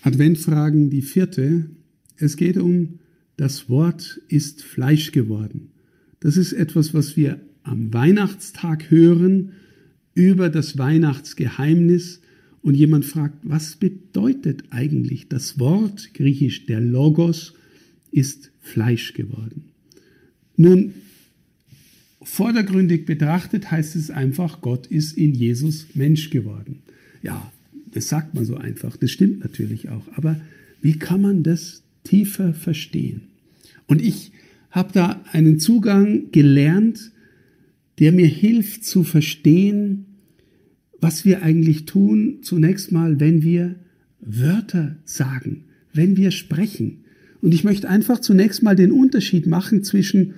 Adventfragen, die 4. Es geht um das Wort ist Fleisch geworden. Das ist etwas, was wir am Weihnachtstag hören über das Weihnachtsgeheimnis. Und jemand fragt, was bedeutet eigentlich das Wort, griechisch der Logos, ist Fleisch geworden? Nun, vordergründig betrachtet heißt es einfach, Gott ist in Jesus Mensch geworden. Ja, das sagt man so einfach, das stimmt natürlich auch. Aber wie kann man das tiefer verstehen? Und ich habe da einen Zugang gelernt, der mir hilft zu verstehen, was wir eigentlich tun, zunächst mal, wenn wir Wörter sagen, wenn wir sprechen. Und ich möchte einfach zunächst mal den Unterschied machen zwischen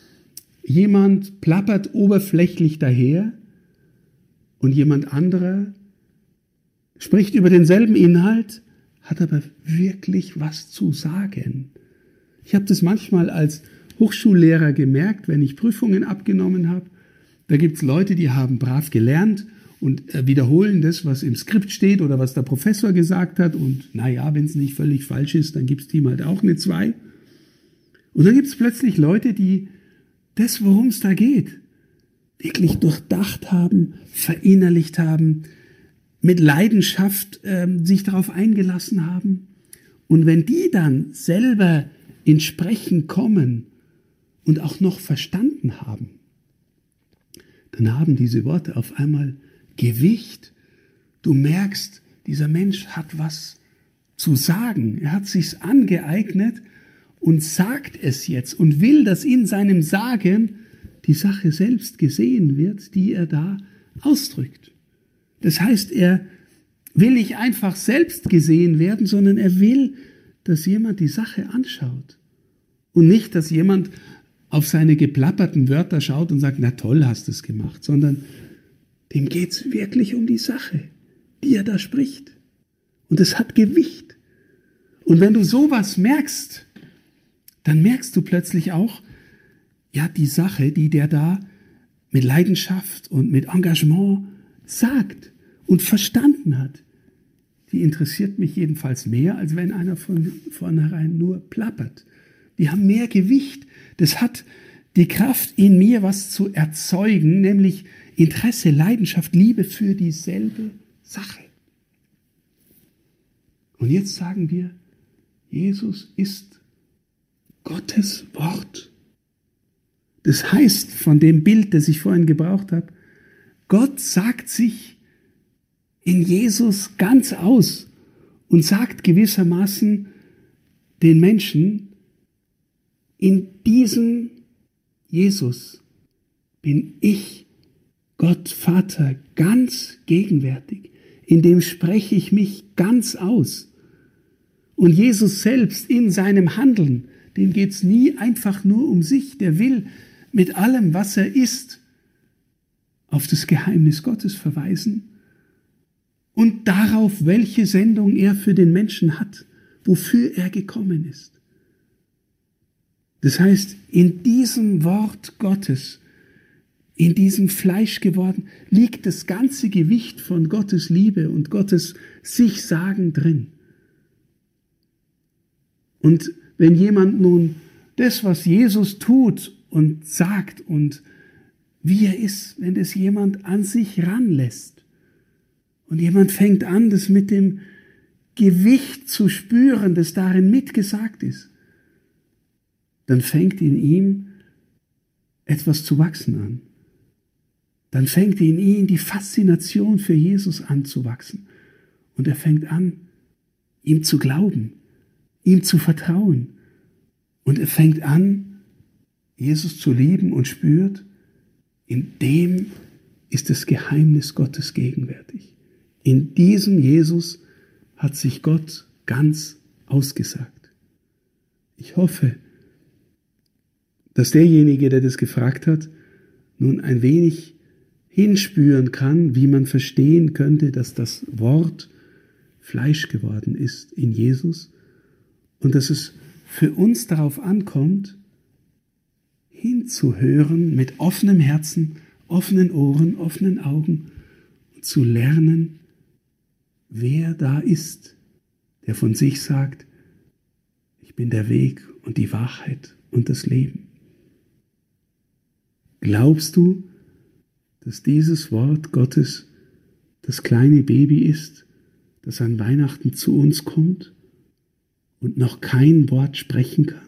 jemand plappert oberflächlich daher und jemand anderer spricht über denselben Inhalt, hat aber wirklich was zu sagen. Ich habe das manchmal als Hochschullehrer gemerkt, wenn ich Prüfungen abgenommen habe. Da gibt es Leute, die haben brav gelernt und wiederholen das, was im Skript steht oder was der Professor gesagt hat. Und naja, wenn es nicht völlig falsch ist, dann gibt es dem halt auch eine 2. Und dann gibt es plötzlich Leute, die das, worum es da geht, wirklich durchdacht haben, verinnerlicht haben, mit Leidenschaft sich darauf eingelassen haben. Und wenn die dann selber ins Sprechen kommen und auch noch verstanden haben, dann haben diese Worte auf einmal Gewicht. Du merkst, dieser Mensch hat was zu sagen. Er hat sich's angeeignet und sagt es jetzt und will, dass in seinem Sagen die Sache selbst gesehen wird, die er da ausdrückt. Das heißt, er will nicht einfach selbst gesehen werden, sondern er will, dass jemand die Sache anschaut. Und nicht, dass jemand auf seine geplapperten Wörter schaut und sagt, na toll, hast du es gemacht, sondern dem geht's wirklich um die Sache, die er da spricht. Und es hat Gewicht. Und wenn du sowas merkst, dann merkst du plötzlich auch, ja, die Sache, die der da mit Leidenschaft und mit Engagement sagt und verstanden hat, die interessiert mich jedenfalls mehr, als wenn einer von vornherein nur plappert. Die haben mehr Gewicht. Das hat die Kraft in mir, was zu erzeugen, nämlich Interesse, Leidenschaft, Liebe für dieselbe Sache. Und jetzt sagen wir, Jesus ist Gottes Wort. Das heißt, von dem Bild, das ich vorhin gebraucht habe, Gott sagt sich in Jesus ganz aus und sagt gewissermaßen den Menschen, in diesem Jesus bin ich, Gott Vater, ganz gegenwärtig. In dem spreche ich mich ganz aus. Und Jesus selbst in seinem Handeln, dem geht es nie einfach nur um sich. Der will mit allem, was er ist, auf das Geheimnis Gottes verweisen und darauf, welche Sendung er für den Menschen hat, wofür er gekommen ist. Das heißt, in diesem Wort Gottes, in diesem Fleisch geworden, liegt das ganze Gewicht von Gottes Liebe und Gottes Sich-Sagen drin. Und wenn jemand nun das, was Jesus tut und sagt und wie er ist, wenn das jemand an sich ranlässt und jemand fängt an, das mit dem Gewicht zu spüren, das darin mitgesagt ist, dann fängt in ihm etwas zu wachsen an. Dann fängt in ihm die Faszination für Jesus an zu wachsen. Und er fängt an, ihm zu glauben, ihm zu vertrauen. Und er fängt an, Jesus zu lieben und spürt, in dem ist das Geheimnis Gottes gegenwärtig. In diesem Jesus hat sich Gott ganz ausgesagt. Ich hoffe, dass derjenige, der das gefragt hat, nun ein wenig hinspüren kann, wie man verstehen könnte, dass das Wort Fleisch geworden ist in Jesus und dass es für uns darauf ankommt, hinzuhören mit offenem Herzen, offenen Ohren, offenen Augen und zu lernen, wer da ist, der von sich sagt, ich bin der Weg und die Wahrheit und das Leben. Glaubst du, dass dieses Wort Gottes das kleine Baby ist, das an Weihnachten zu uns kommt und noch kein Wort sprechen kann?